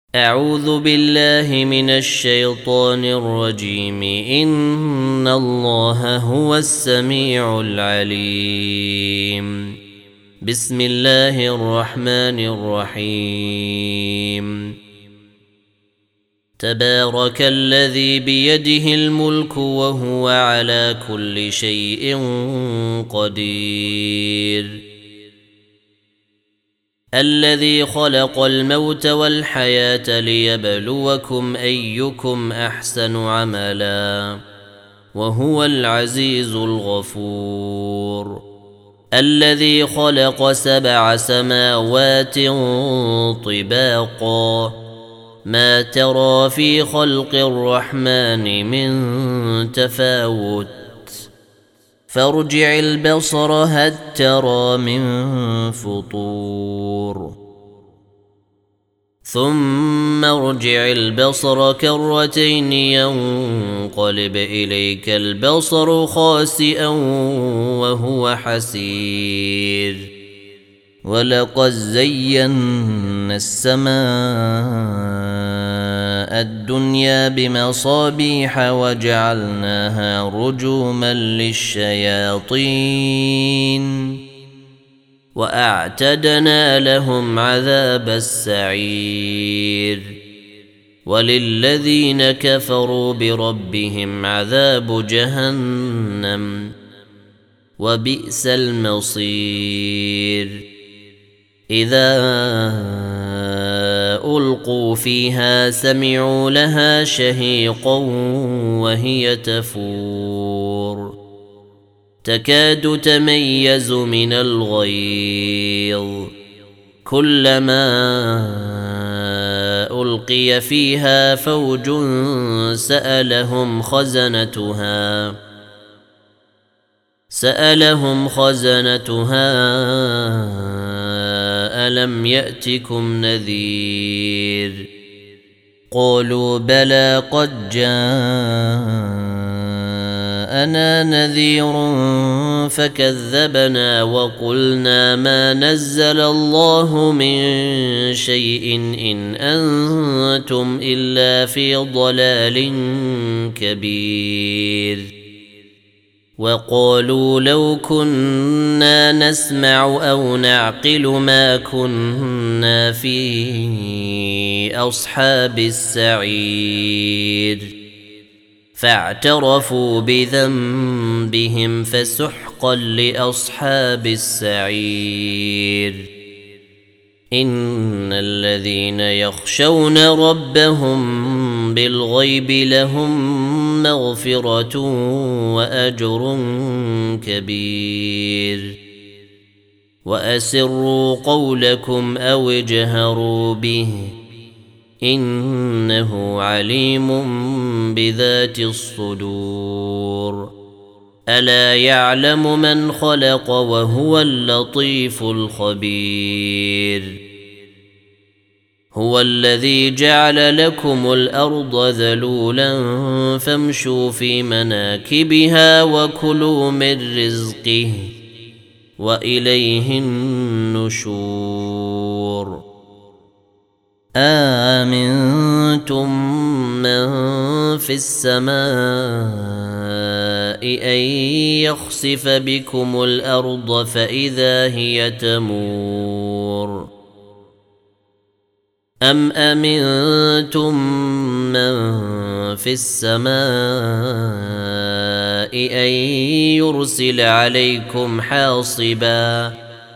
أعوذ بالله من الشيطان الرجيم. إن الله هو السميع العليم. بسم الله الرحمن الرحيم. تبارك الذي بيده الملك وهو على كل شيء قدير. الذي خلق الموت والحياة ليبلوكم أيكم أحسن عملا وهو العزيز الغفور. الذي خلق 7 سماوات طباقا ما ترى في خلق الرحمن من تفاوت فارجع البصر هل ترى من فطور ثم ارجع البصر كرتين ينقلب إليك البصر خاسئا وهو حسير. ولقد زينا السماء الدنيا بمصابيح وجعلناها رجوما للشياطين وأعتدنا لهم عذاب السعير. وللذين كفروا بربهم عذاب جهنم وبئس المصير. إذا ألقوا فيها سمعوا لها شهيقا وهي تفور تكاد تميز من الغيظ كلما ألقي فيها فوج سألهم خزنتها ألم يأتكم نذير قالوا بلى قد جاءنا نذير فكذبنا وقلنا ما نزل الله من شيء إن أنتم إلا في ضلال كبير. وقالوا لو كنا نسمع أو نعقل ما كنا في أصحاب السعير فاعترفوا بذنبهم فسحقا لأصحاب السعير. إن الذين يخشون ربهم بالغيب لهم مغفرة وأجر كبير. وأسروا قولكم أو اجهروا به إنه عليم بذات الصدور. ألا يعلم من خلق وهو اللطيف الخبير. هو الذي جعل لكم الأرض ذلولا فامشوا في مناكبها وكلوا من رزقه وإليه النشور. آمنتم من في السماء أن يخسف بكم الأرض فإذا هي تمور أم أمنتم من في السماء أن يرسل عليكم حاصبا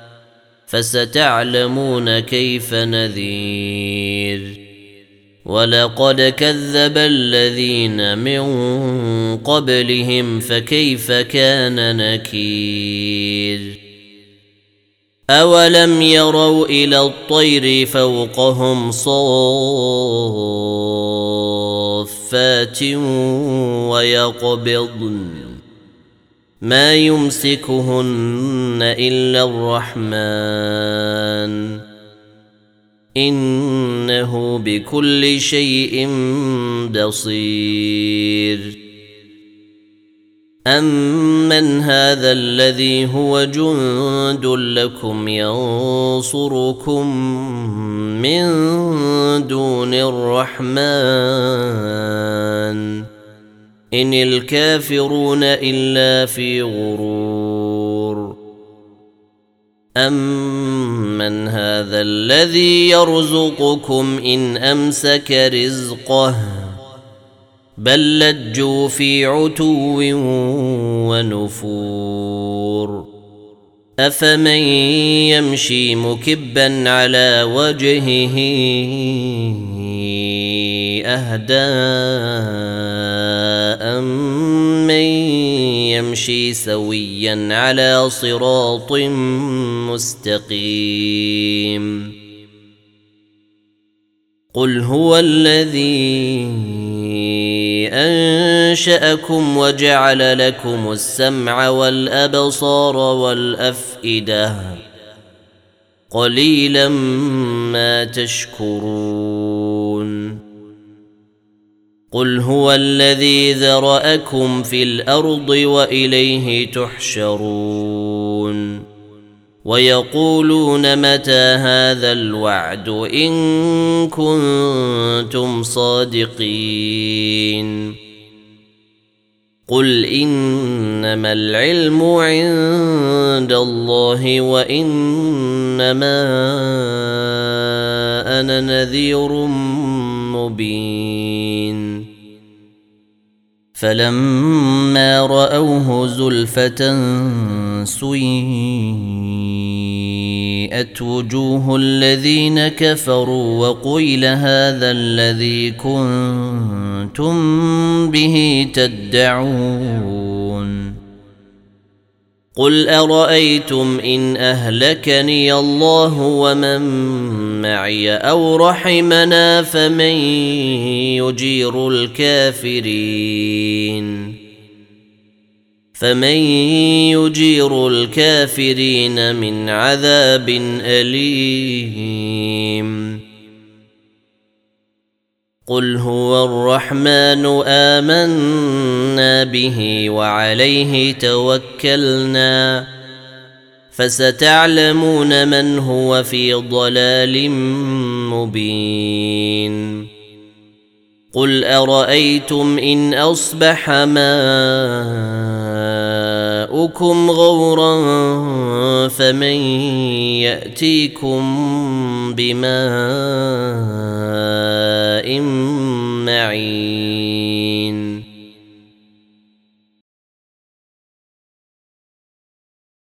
فستعلمون كيف نذير. ولقد كذب الذين من قبلهم فكيف كان نكير. أولم يروا إلى الطير فوقهم صافات ويقبضن ما يمسكهن إلا الرحمن إنه بكل شيء بصير. أَمَّنْ هَذَا الَّذِي هُوَ جُندٌ لَكُمْ يَنصُرُكُم مِّن دُونِ الرَّحْمَٰنِ إِنِ الْكَافِرُونَ إِلَّا فِي غُرُورٍ أَمَّنْ هَذَا الَّذِي يَرْزُقُكُمْ إِنْ أَمْسَكَ رِزْقَهُ بل لجوا في عتو ونفور أفمن يمشي مكبا على وجهه أهدى أمن يمشي سويا على صراط مستقيم قل هو الذي أنشأكم وجعل لكم السمع والأبصار والأفئدة قليلا ما تشكرون قل هو الذي ذرأكم في الأرض وإليه تحشرون ويقولون متى هذا الوعد إن كنتم صادقين قل إنما العلم عند الله وإنما أنا نذير مبين فلما رأوه زلفة سيئت وجوه الذين كفروا وقيل هذا الذي كنتم به تدعون قل أرأيتم إن أهلكني الله ومن معي أو رحمنا فمن يجير الكافرين من عذاب أليم قل هو الرحمن آمنا به وعليه توكلنا فستعلمون من هو في ضلال مبين قل أرأيتم إن أصبح ماؤكم غورا فمن يأتيكم بماء معين